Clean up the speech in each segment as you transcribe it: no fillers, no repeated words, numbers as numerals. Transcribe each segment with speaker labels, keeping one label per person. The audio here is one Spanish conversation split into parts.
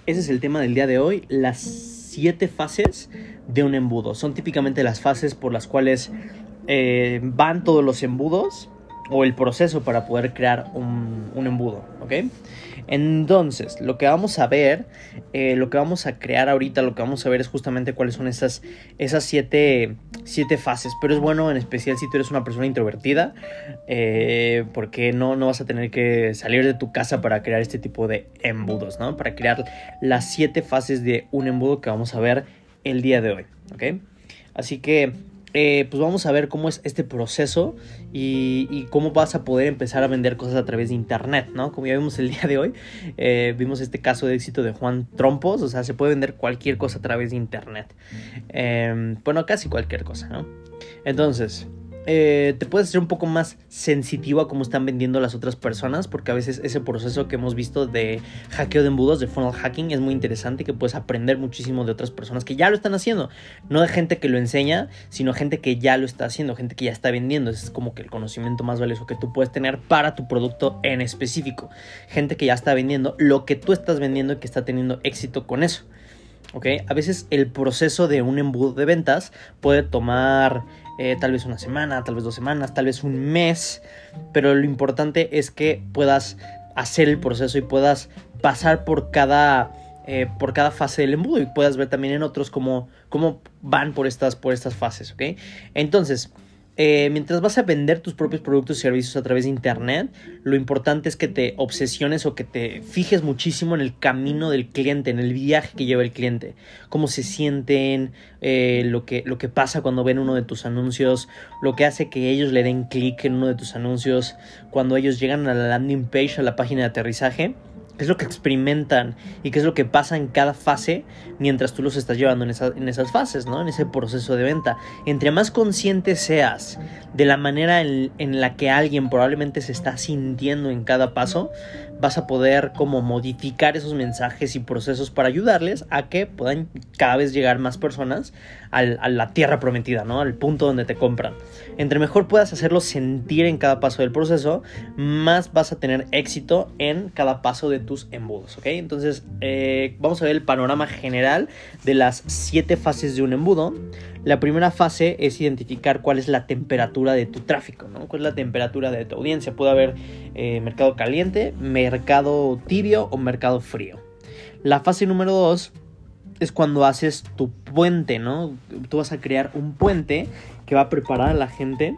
Speaker 1: ese es el tema del día de hoy, las 7 fases de un embudo. Son típicamente las fases por las cuales van todos los embudos o el proceso para poder crear un embudo, ¿ok? Entonces, lo que vamos a ver, lo que vamos a crear ahorita, lo que vamos a ver es justamente cuáles son esas 7 fases. Pero es bueno, en especial si tú eres una persona introvertida, porque no vas a tener que salir de tu casa para crear este tipo de embudos, ¿no? Para crear las 7 fases de un embudo que vamos a ver el día de hoy, ¿ok? Así que pues vamos a ver cómo es este proceso y cómo vas a poder empezar a vender cosas a través de internet, ¿no? Como ya vimos el día de hoy, vimos este caso de éxito de Juan Trompos. O sea, se puede vender cualquier cosa a través de internet. Bueno, casi cualquier cosa, ¿no? Entonces, te puedes hacer un poco más sensitivo a cómo están vendiendo las otras personas, porque a veces ese proceso que hemos visto de hackeo de embudos, de funnel hacking, es muy interesante, que puedes aprender muchísimo de otras personas que ya lo están haciendo, no de gente que lo enseña, sino gente que ya lo está haciendo, gente que ya está vendiendo. Ese es como que el conocimiento más valioso que tú puedes tener para tu producto en específico, gente que ya está vendiendo lo que tú estás vendiendo y que está teniendo éxito con eso. ¿Okay? A veces el proceso de un embudo de ventas puede tomar tal vez una semana, tal vez 2 semanas, tal vez un mes, pero lo importante es que puedas hacer el proceso y puedas pasar por cada fase del embudo y puedas ver también en otros cómo van por estas fases, ¿ok? Entonces, mientras vas a vender tus propios productos y servicios a través de internet, lo importante es que te obsesiones o que te fijes muchísimo en el camino del cliente, en el viaje que lleva el cliente, cómo se sienten, lo que pasa cuando ven uno de tus anuncios, lo que hace que ellos le den clic en uno de tus anuncios, cuando ellos llegan a la landing page, a la página de aterrizaje. ¿Qué es lo que experimentan y qué es lo que pasa en cada fase mientras tú los estás llevando en esas fases, ¿no? En ese proceso de venta. Entre más consciente seas de la manera en la que alguien probablemente se está sintiendo en cada paso, vas a poder como modificar esos mensajes y procesos para ayudarles a que puedan cada vez llegar más personas a la tierra prometida, ¿no? Al punto donde te compran. Entre mejor puedas hacerlos sentir en cada paso del proceso, más vas a tener éxito en cada paso de tus embudos, ¿ok? Entonces, vamos a ver el panorama general de las 7 fases de un embudo. La primera fase es identificar cuál es la temperatura de tu tráfico, ¿no? Cuál es la temperatura de tu audiencia. Puede haber mercado caliente, mercado tibio o mercado frío. La fase número 2 es cuando haces tu puente, ¿no? Tú vas a crear un puente que va a preparar a la gente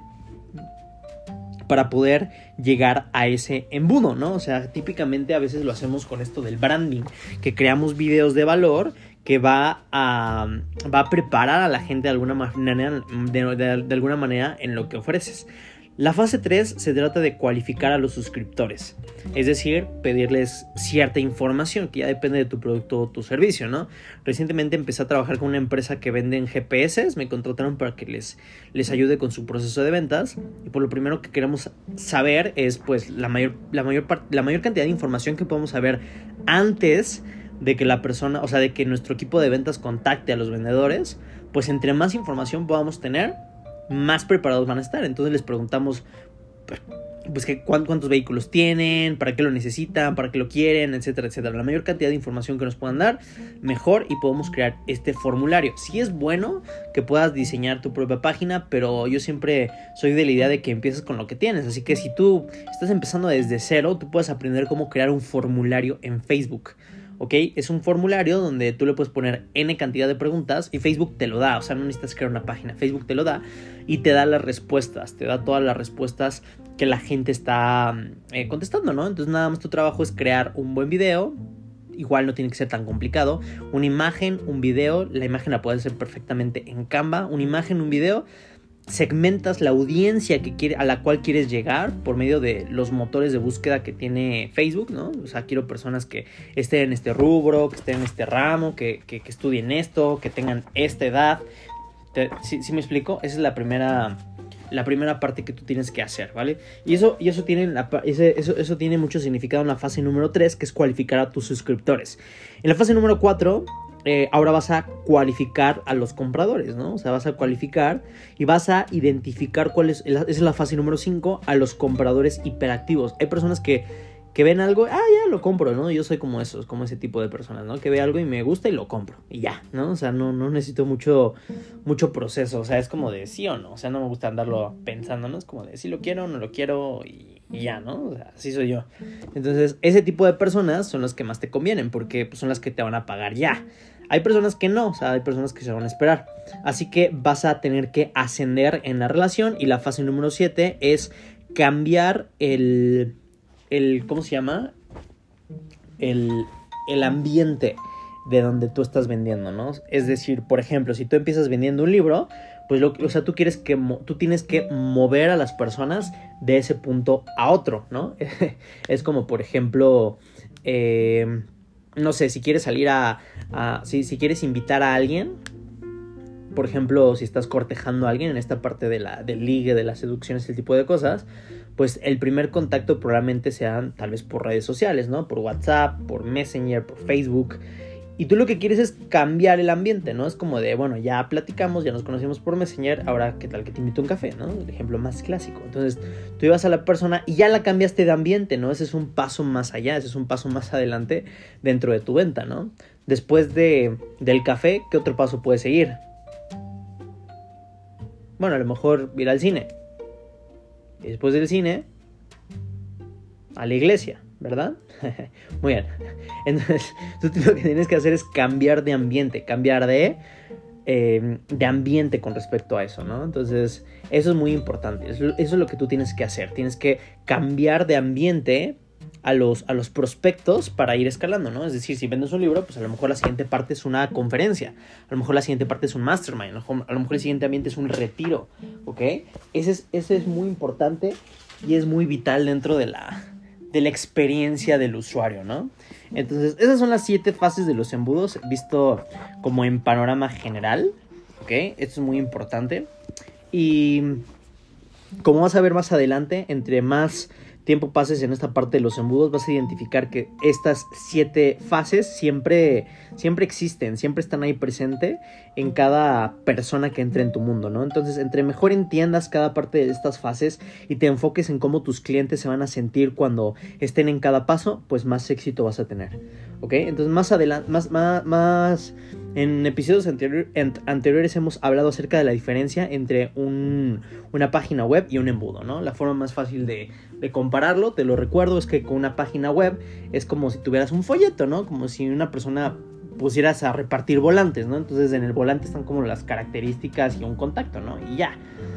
Speaker 1: para poder llegar a ese embudo, ¿no? O sea, típicamente a veces lo hacemos con esto del branding, que creamos videos de valor que va a preparar a la gente de alguna manera, de alguna manera en lo que ofreces. La fase 3 se trata de cualificar a los suscriptores, es decir, pedirles cierta información que ya depende de tu producto o tu servicio, ¿no? Recientemente empecé a trabajar con una empresa que venden GPS, me contrataron para que les ayude con su proceso de ventas y por lo primero que queremos saber es pues la mayor cantidad de información que podemos saber antes de que la persona, o sea, de que nuestro equipo de ventas contacte a los vendedores. Pues entre más información podamos tener, más preparados van a estar. Entonces les preguntamos pues cuántos vehículos tienen, para qué lo necesitan, para qué lo quieren, etcétera, etcétera. La mayor cantidad de información que nos puedan dar, mejor, y podemos crear este formulario. Sí es bueno que puedas diseñar tu propia página, pero yo siempre soy de la idea de que empieces con lo que tienes. Así que si tú estás empezando desde cero, tú puedes aprender cómo crear un formulario en Facebook. ¿Ok? Es un formulario donde tú le puedes poner N cantidad de preguntas y Facebook te lo da. O sea, no necesitas crear una página. Facebook te lo da y te da las respuestas. Te da todas las respuestas que la gente está contestando, ¿no? Entonces nada más tu trabajo es crear un buen video. Igual no tiene que ser tan complicado. Una imagen, un video. La imagen la puedes hacer perfectamente en Canva. Una imagen, un video. Segmentas la audiencia a la cual quieres llegar por medio de los motores de búsqueda que tiene Facebook, ¿no? O sea, quiero personas que estén en este rubro, que estén en este ramo, que estudien esto, que tengan esta edad. ¿Sí me explico? Esa es la primera parte que tú tienes que hacer, ¿vale? Y eso tiene mucho significado en la fase número 3, que es cualificar a tus suscriptores. En la fase número 4... ahora vas a cualificar a los compradores, ¿no? O sea, vas a cualificar y vas a identificar esa es la fase número 5, a los compradores hiperactivos. Hay personas que que ven algo, ya lo compro, ¿no? Yo soy como esos, como ese tipo de personas, ¿no? Que ve algo y me gusta y lo compro y ya, ¿no? O sea, no necesito mucho proceso, o sea, es como de sí o no, o sea, no me gusta andarlo pensando, ¿no? Es como de sí lo quiero, no lo quiero y ya, ¿no? O sea, así soy yo. Entonces, ese tipo de personas son las que más te convienen porque pues, son las que te van a pagar ya. Hay personas que no, o sea, hay personas que se van a esperar. Así que vas a tener que ascender en la relación y la fase número 7 es cambiar ¿cómo se llama? El ambiente de donde tú estás vendiendo, ¿no? Es decir, por ejemplo, si tú empiezas vendiendo un libro, pues o sea, tú tienes que mover a las personas de ese punto a otro, ¿no? Es como, por ejemplo, no sé, si quieres salir si quieres invitar a alguien, por ejemplo, si estás cortejando a alguien en esta parte del ligue, de las seducciones, ese tipo de cosas, pues el primer contacto probablemente sea tal vez por redes sociales, ¿no? Por WhatsApp, por Messenger, por Facebook. Y tú lo que quieres es cambiar el ambiente, ¿no? Es como de, bueno, ya platicamos, ya nos conocimos por Messenger, ahora qué tal que te invito a un café, ¿no? El ejemplo más clásico. Entonces, tú ibas a la persona y ya la cambiaste de ambiente, ¿no? Ese es un paso más allá, ese es un paso más adelante dentro de tu venta, ¿no? Después del café, ¿qué otro paso puedes seguir? Bueno, a lo mejor ir al cine. Y después del cine, a la iglesia, ¿verdad? Muy bien. Entonces, tú lo que tienes que hacer es cambiar de ambiente, cambiar de ambiente con respecto a eso, ¿no? Entonces, eso es muy importante. Eso es lo que tú tienes que hacer. Tienes que cambiar de ambiente a los prospectos para ir escalando, ¿no? Es decir, si vendes un libro, pues a lo mejor la siguiente parte es una conferencia, a lo mejor la siguiente parte es un mastermind, a lo mejor el siguiente ambiente es un retiro, ¿ok? Ese es muy importante y es muy vital dentro de la experiencia del usuario, ¿no? Entonces, esas son las 7 fases de los embudos, visto como en panorama general, ¿ok? Esto es muy importante. Y como vas a ver más adelante, entre más tiempo pases en esta parte de los embudos, vas a identificar que estas 7 fases siempre existen, siempre están ahí presente en cada persona que entre en tu mundo, ¿no? Entonces, entre mejor entiendas cada parte de estas fases y te enfoques en cómo tus clientes se van a sentir cuando estén en cada paso, pues más éxito vas a tener, ¿ok? Entonces, más adelante, más en episodios anteriores hemos hablado acerca de la diferencia entre una página web y un embudo, ¿no? La forma más fácil de compararlo, te lo recuerdo, es que con una página web es como si tuvieras un folleto, ¿no? Como si una persona pusieras a repartir volantes, ¿no? Entonces en el volante están como las características y un contacto, ¿no? Y ya.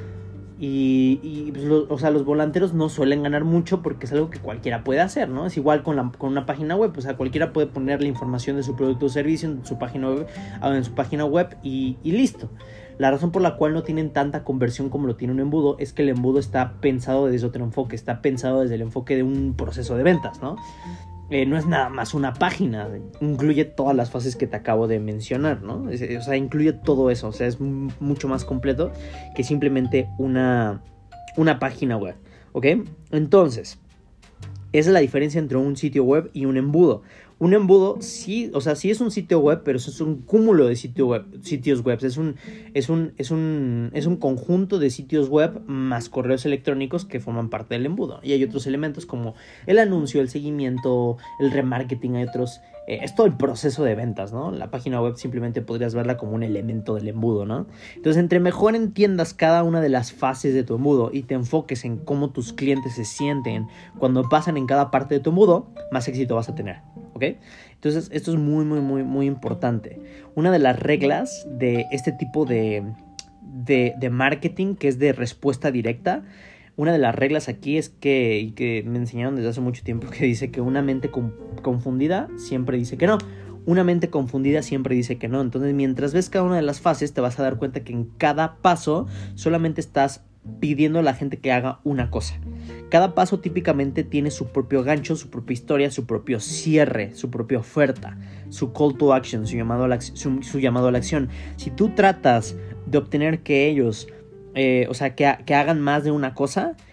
Speaker 1: Y pues, o sea, los volanteros no suelen ganar mucho porque es algo que cualquiera puede hacer, ¿no? Es igual con una página web, o sea, cualquiera puede poner la información de su producto o servicio en su página web y listo. La razón por la cual no tienen tanta conversión como lo tiene un embudo es que el embudo está pensado desde otro enfoque, está pensado desde el enfoque de un proceso de ventas, ¿no? No es nada más una página, incluye todas las fases que te acabo de mencionar, ¿no? O sea, incluye todo eso, o sea, es mucho más completo que simplemente una página web, ¿ok? Entonces, esa es la diferencia entre un sitio web y un embudo. Un embudo sí, o sea, sí es un sitio web, pero eso es un cúmulo de sitios web. Es un conjunto de sitios web más correos electrónicos que forman parte del embudo. Y hay otros elementos como el anuncio, el seguimiento, el remarketing, hay otros. Es todo el proceso de ventas, ¿no? La página web simplemente podrías verla como un elemento del embudo, ¿no? Entonces, entre mejor entiendas cada una de las fases de tu embudo y te enfoques en cómo tus clientes se sienten cuando pasan en cada parte de tu embudo, más éxito vas a tener, ¿ok? Entonces, esto es muy, muy, muy, muy importante. Una de las reglas de este tipo de marketing, que es de respuesta directa, una de las reglas aquí es que me enseñaron desde hace mucho tiempo, que dice que una mente confundida siempre dice que no. Una mente confundida siempre dice que no. Entonces, mientras ves cada una de las fases, te vas a dar cuenta que en cada paso solamente estás pidiendo a la gente que haga una cosa. Cada paso típicamente tiene su propio gancho, su propia historia, su propio cierre, su propia oferta, su call to action, su llamado a la acción. Si tú tratas de obtener que ellos, que hagan más de una cosa,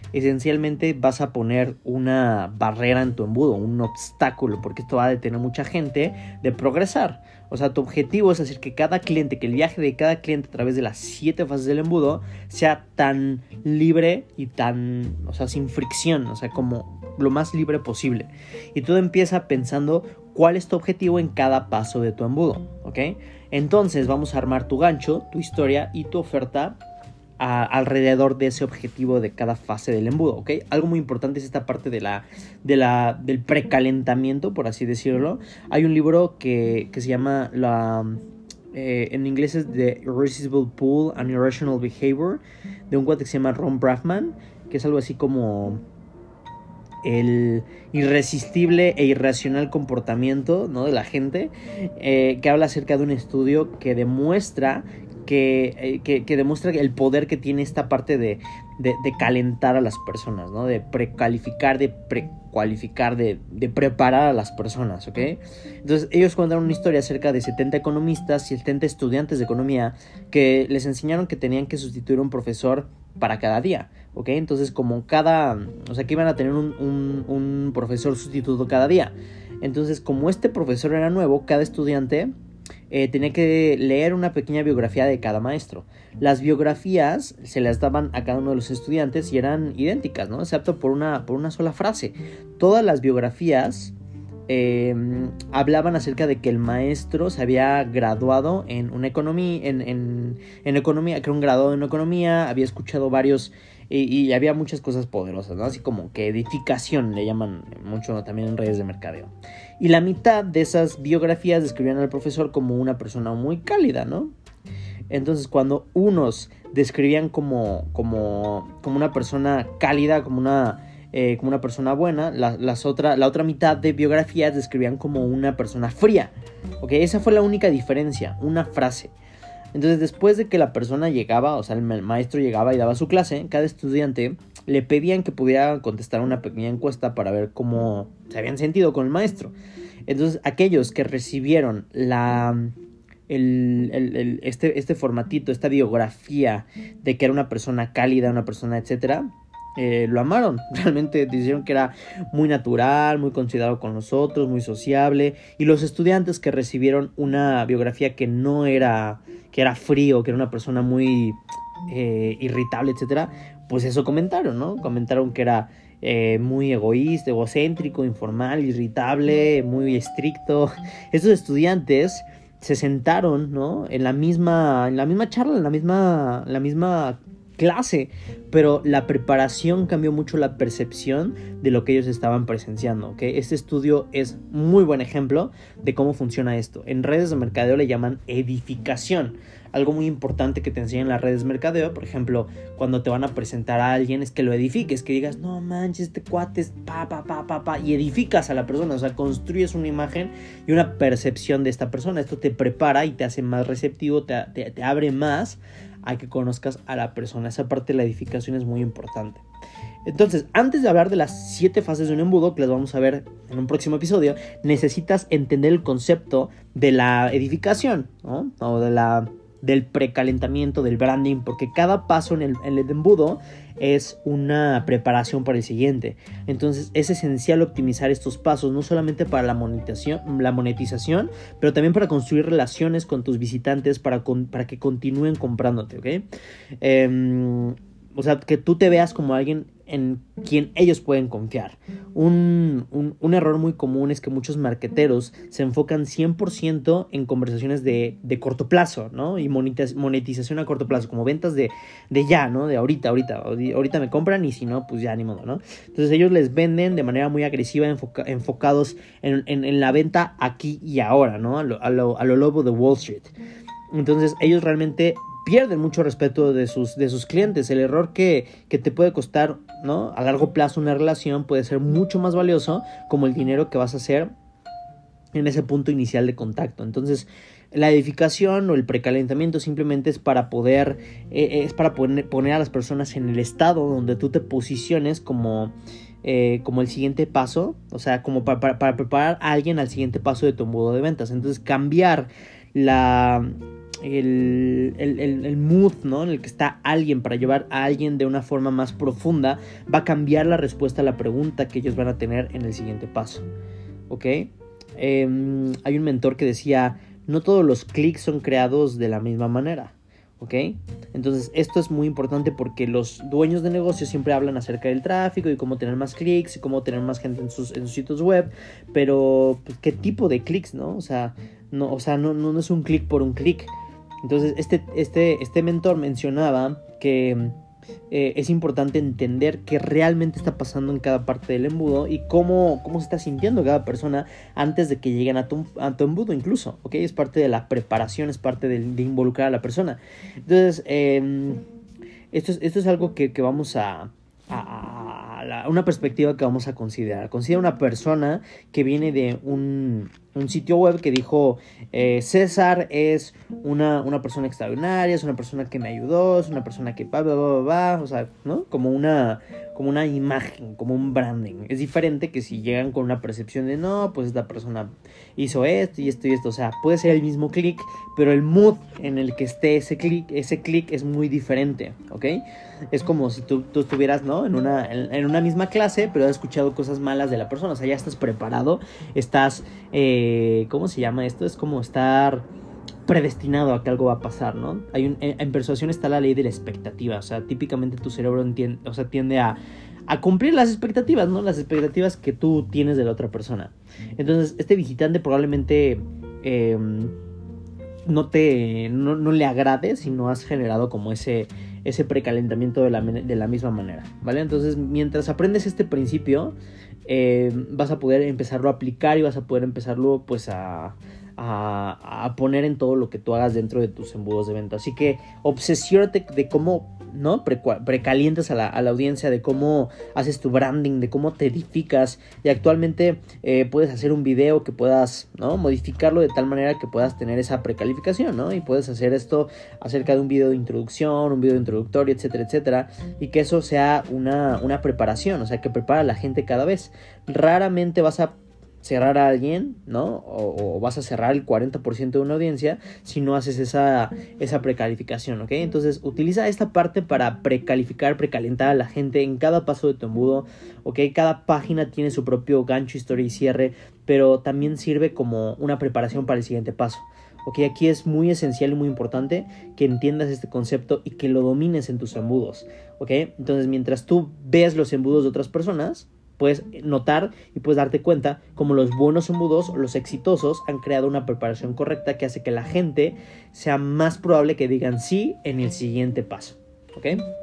Speaker 1: esencialmente vas a poner una barrera en tu embudo, un obstáculo, porque esto va a detener mucha gente de progresar. O sea, tu objetivo es hacer que cada cliente, que el viaje de cada cliente a través de las 7 fases del embudo sea tan libre y tan, o sea, sin fricción, o sea, como lo más libre posible. Y todo empieza pensando cuál es tu objetivo en cada paso de tu embudo, ¿ok? Entonces vamos a armar tu gancho, tu historia y tu oferta alrededor de ese objetivo de cada fase del embudo, ¿ok? Algo muy importante es esta parte del precalentamiento, por así decirlo. Hay un libro que se llama en inglés es The Irresistible Pull and Irrational Behavior, de un cuate que se llama Ron Brafman, que es algo así como el irresistible e irracional comportamiento, ¿no?, de la gente, que habla acerca de un estudio que demuestra que demuestra el poder que tiene esta parte de calentar a las personas, ¿no? De precualificar, de preparar a las personas, ¿ok? Entonces ellos cuentan una historia acerca de 70 economistas y 70 estudiantes de economía que les enseñaron que tenían que sustituir a un profesor para cada día, ¿ok? Entonces o sea, que iban a tener un profesor sustituto cada día. Entonces, como este profesor era nuevo, cada estudiante tenía que leer una pequeña biografía de cada maestro. Las biografías se las daban a cada uno de los estudiantes y eran idénticas, ¿no? Excepto por una sola frase. Todas las biografías hablaban acerca de que el maestro se había graduado en una economía, en economía, que era un graduado en economía, había escuchado varios y había muchas cosas poderosas, ¿no? Así como que edificación le llaman mucho también en redes de mercadeo. Y la mitad de esas biografías describían al profesor como una persona muy cálida, ¿no? Entonces, cuando unos describían como una persona cálida, como una persona buena, la otra mitad de biografías describían como una persona fría. ¿Ok? Esa fue la única diferencia, una frase. Entonces, después de que la persona llegaba, o sea, el maestro llegaba y daba su clase, cada estudiante le pedían que pudiera contestar una pequeña encuesta para ver cómo se habían sentido con el maestro. Entonces, aquellos que recibieron este formatito, esta biografía de que era una persona cálida, una persona etcétera, lo amaron. Realmente dijeron que era muy natural, muy considerado con nosotros, muy sociable. Y los estudiantes que recibieron una biografía que no era, que era frío, que era una persona muy irritable, etcétera, pues eso comentaron, ¿no? Comentaron que era muy egoísta, egocéntrico, informal, irritable, muy estricto. Estos estudiantes se sentaron, ¿no?, en la misma charla, en la misma clase, pero la preparación cambió mucho la percepción de lo que ellos estaban presenciando, ¿ok? Este estudio es muy buen ejemplo de cómo funciona esto. En redes de mercadeo le llaman edificación. Algo muy importante que te enseñan las redes de mercadeo, por ejemplo, cuando te van a presentar a alguien, es que lo edifiques, que digas, no manches, este cuate es y edificas a la persona, o sea, construyes una imagen y una percepción de esta persona. Esto te prepara y te hace más receptivo, te abre más a que conozcas a la persona. Esa parte de la edificación es muy importante. Entonces, antes de hablar de las 7 fases de un embudo, que las vamos a ver en un próximo episodio, necesitas entender el concepto de la edificación, ¿no? O del precalentamiento, del branding, porque cada paso en el embudo es una preparación para el siguiente. Entonces es esencial optimizar estos pasos, no solamente para la monetización, pero también para construir relaciones con tus visitantes para que continúen comprándote, ¿ok? O sea, que tú te veas como alguien en quien ellos pueden confiar. Un error muy común es que muchos marqueteros se enfocan 100% en conversaciones de corto plazo, ¿no? Y monetización a corto plazo, como ventas de ya, ¿no? De ahorita me compran y si no, pues ya ni modo, ¿no? Entonces ellos les venden de manera muy agresiva, enfocados en la venta aquí y ahora, ¿no? A lo lobo de Wall Street. Entonces ellos realmente pierden mucho respeto de sus clientes. El error que te puede costar, ¿no?, a largo plazo una relación puede ser mucho más valioso como el dinero que vas a hacer en ese punto inicial de contacto. Entonces la edificación o el precalentamiento simplemente es para poder poner a las personas en el estado donde tú te posiciones como el siguiente paso, o sea, como para preparar a alguien al siguiente paso de tu embudo de ventas. Entonces cambiar el mood, ¿no?, en el que está alguien para llevar a alguien de una forma más profunda, va a cambiar la respuesta a la pregunta que ellos van a tener en el siguiente paso, ¿ok? Hay un mentor que decía, no todos los clics son creados de la misma manera, ¿ok? Entonces esto es muy importante porque los dueños de negocios siempre hablan acerca del tráfico y cómo tener más clics y cómo tener más gente en sus sitios web, pero pues, ¿qué tipo de clics, no? O sea, no es un clic por un clic. Entonces este mentor mencionaba que es importante entender qué realmente está pasando en cada parte del embudo y cómo se está sintiendo cada persona antes de que lleguen a tu embudo incluso, ¿ok? Es parte de la preparación, es parte de involucrar a la persona. Entonces, esto es algo que vamos una perspectiva que vamos a considerar. Considera una persona que viene de un sitio web que dijo, César es una persona extraordinaria, es una persona que me ayudó, es una persona que o sea, ¿no? Como una imagen, como un branding. Es diferente que si llegan con una percepción de, no, pues esta persona hizo esto y esto y esto. O sea, puede ser el mismo clic, pero el mood en el que esté ese clic es muy diferente, ¿ok? Es como si tú estuvieras, ¿no?, en una misma clase, pero has escuchado cosas malas de la persona. O sea, ya estás preparado, estás, ¿cómo se llama esto? Es como estar predestinado a que algo va a pasar, ¿no? En persuasión está la ley de la expectativa. O sea, típicamente tu cerebro tiende a cumplir las expectativas, ¿no? Las expectativas que tú tienes de la otra persona. Entonces, este visitante probablemente no le agrade si no has generado como ese precalentamiento de la misma manera, ¿vale? Entonces, mientras aprendes este principio, vas a poder empezarlo a aplicar y vas a poder empezarlo, pues, a poner en todo lo que tú hagas dentro de tus embudos de venta. Así que obsesiónate de cómo, ¿no?, precalientas a la audiencia, de cómo haces tu branding, de cómo te edificas. Y actualmente puedes hacer un video que puedas, ¿no?, modificarlo de tal manera que puedas tener esa precalificación, ¿no? Y puedes hacer esto acerca de un video de introducción, un video introductorio, etcétera, etcétera. Y que eso sea una preparación, o sea, que prepara a la gente cada vez. Raramente vas a cerrar a alguien, ¿no? O vas a cerrar el 40% de una audiencia si no haces esa precalificación, ¿ok? Entonces, utiliza esta parte para precalentar a la gente en cada paso de tu embudo, ¿ok? Cada página tiene su propio gancho, historia y cierre, pero también sirve como una preparación para el siguiente paso. Ok, aquí es muy esencial y muy importante que entiendas este concepto y que lo domines en tus embudos, ¿ok? Entonces, mientras tú ves los embudos de otras personas, puedes notar y puedes darte cuenta cómo los buenos embudos, los exitosos, han creado una preparación correcta que hace que la gente sea más probable que digan sí en el siguiente paso, ¿ok?